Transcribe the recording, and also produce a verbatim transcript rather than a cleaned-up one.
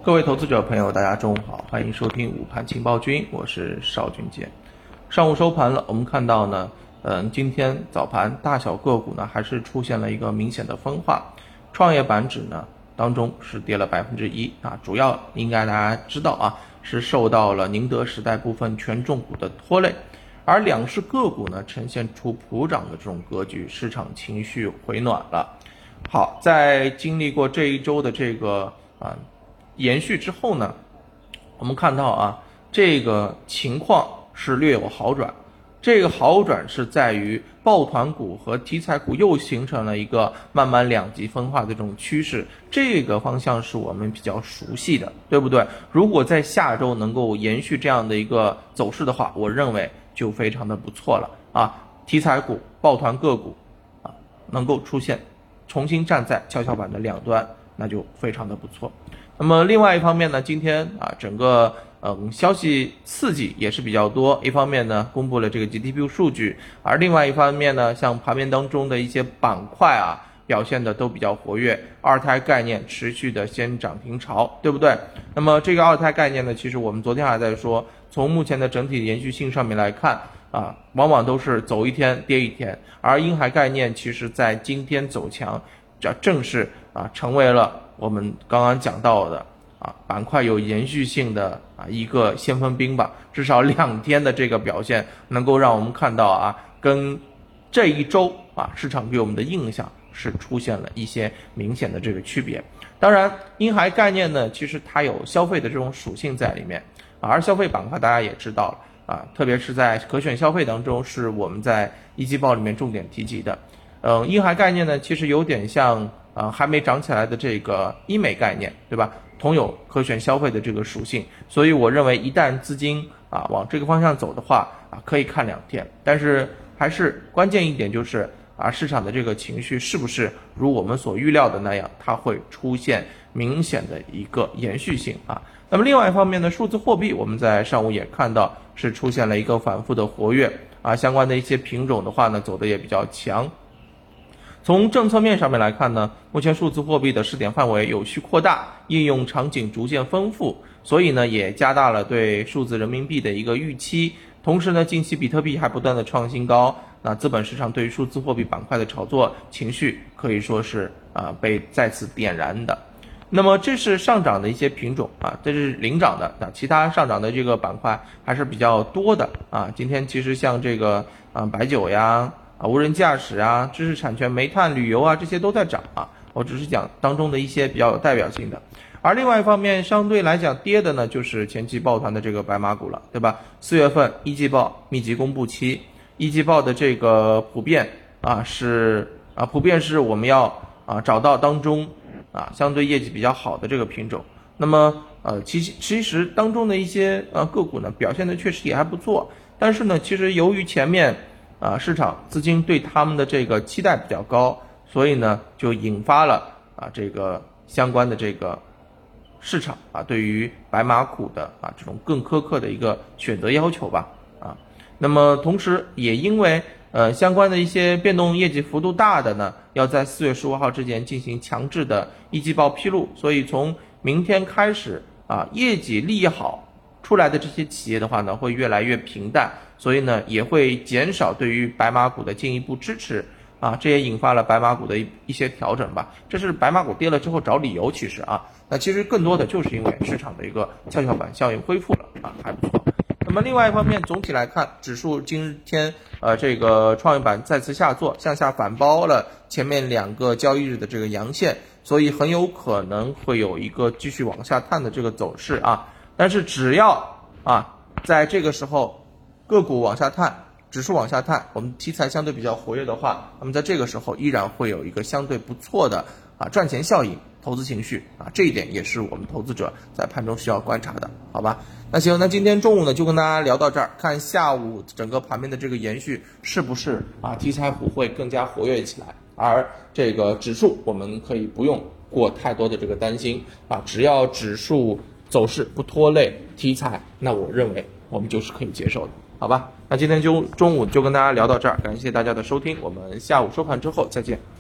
各位投资者朋友，大家中午好，欢迎收听午盘情报君，我是邵俊杰。上午收盘了，我们看到呢，嗯，今天早盘大小个股呢还是出现了一个明显的分化，创业板指呢当中是跌了百分之一啊，主要应该大家知道啊，是受到了宁德时代部分权重股的拖累，而两市个股呢呈现出普涨的这种格局，市场情绪回暖了。好，在经历过这一周的这个啊延续之后呢，我们看到啊，这个情况是略有好转。这个好转是在于抱团股和题材股又形成了一个慢慢两极分化的这种趋势，这个方向是我们比较熟悉的，对不对？如果在下周能够延续这样的一个走势的话，我认为就非常的不错了啊！题材股、抱团个股啊，能够出现重新站在跷跷板的两端，那就非常的不错。那么另外一方面呢，今天啊整个嗯消息刺激也是比较多，一方面呢公布了这个 G D P 数据，而另外一方面呢，像盘面当中的一些板块啊表现的都比较活跃，二胎概念持续的先涨停潮，对不对？那么这个二胎概念呢，其实我们昨天还在说，从目前的整体延续性上面来看啊，往往都是走一天跌一天，而婴孩概念其实在今天走强，这正是啊成为了我们刚刚讲到的啊板块有延续性的啊一个先锋兵吧，至少两天的这个表现能够让我们看到啊，跟这一周啊市场给我们的印象是出现了一些明显的这个区别。当然，婴孩概念呢，其实它有消费的这种属性在里面，啊、而消费板块大家也知道了啊，特别是在可选消费当中，是我们在一季报里面重点提及的。嗯，婴孩概念呢，其实有点像啊还没涨起来的这个医美概念，对吧？同有可选消费的这个属性，所以我认为一旦资金啊往这个方向走的话啊，可以看两天。但是还是关键一点就是啊，市场的这个情绪是不是如我们所预料的那样，它会出现明显的一个延续性啊。那么另外一方面呢，数字货币我们在上午也看到是出现了一个反复的活跃啊，相关的一些品种的话呢，走的也比较强。从政策面上面来看呢，目前数字货币的试点范围有序扩大，应用场景逐渐丰富，所以呢也加大了对数字人民币的一个预期。同时呢，近期比特币还不断的创新高，那资本市场对于数字货币板块的炒作情绪可以说是啊被再次点燃的。那么这是上涨的一些品种啊，这是领涨的，那其他上涨的这个板块还是比较多的啊。今天其实像这个啊白酒呀。啊，无人驾驶啊，知识产权、煤炭、旅游啊，这些都在涨啊。我只是讲当中的一些比较有代表性的。而另外一方面，相对来讲跌的呢，就是前期抱团的这个白马股了，对吧？四月份一季报密集公布期，一季报的这个普遍啊是啊普遍是我们要啊找到当中啊相对业绩比较好的这个品种。那么呃其其实当中的一些呃个股呢表现的确实也还不错，但是呢，其实由于前面啊，市场资金对他们的这个期待比较高，所以呢，就引发了啊这个相关的这个市场啊对于白马股的啊这种更苛刻的一个选择要求吧啊。那么同时也因为呃相关的一些变动业绩幅度大的呢，要在四月十五号之前进行强制的一季报披露，所以从明天开始啊，业绩利好出来的这些企业的话呢，会越来越平淡，所以呢也会减少对于白马股的进一步支持啊，这也引发了白马股的一一些调整吧。这是白马股跌了之后找理由，其实啊，那其实更多的就是因为市场的一个跷跷板效应恢复了啊，还不错。那么另外一方面，总体来看，指数今天呃这个创业板再次下挫，向下反包了前面两个交易日的这个阳线，所以很有可能会有一个继续往下探的这个走势啊。但是只要啊在这个时候个股往下探，指数往下探，我们题材相对比较活跃的话，那么在这个时候依然会有一个相对不错的啊赚钱效应，投资情绪啊，这一点也是我们投资者在盘中需要观察的，好吧？那行，那今天中午呢就跟大家聊到这儿，看下午整个盘面的这个延续是不是啊题材股会更加活跃起来，而这个指数我们可以不用过太多的这个担心啊，只要指数走势不拖累题材，那我认为我们就是可以接受的，好吧？那今天就中午就跟大家聊到这儿，感谢大家的收听，我们下午收盘之后再见。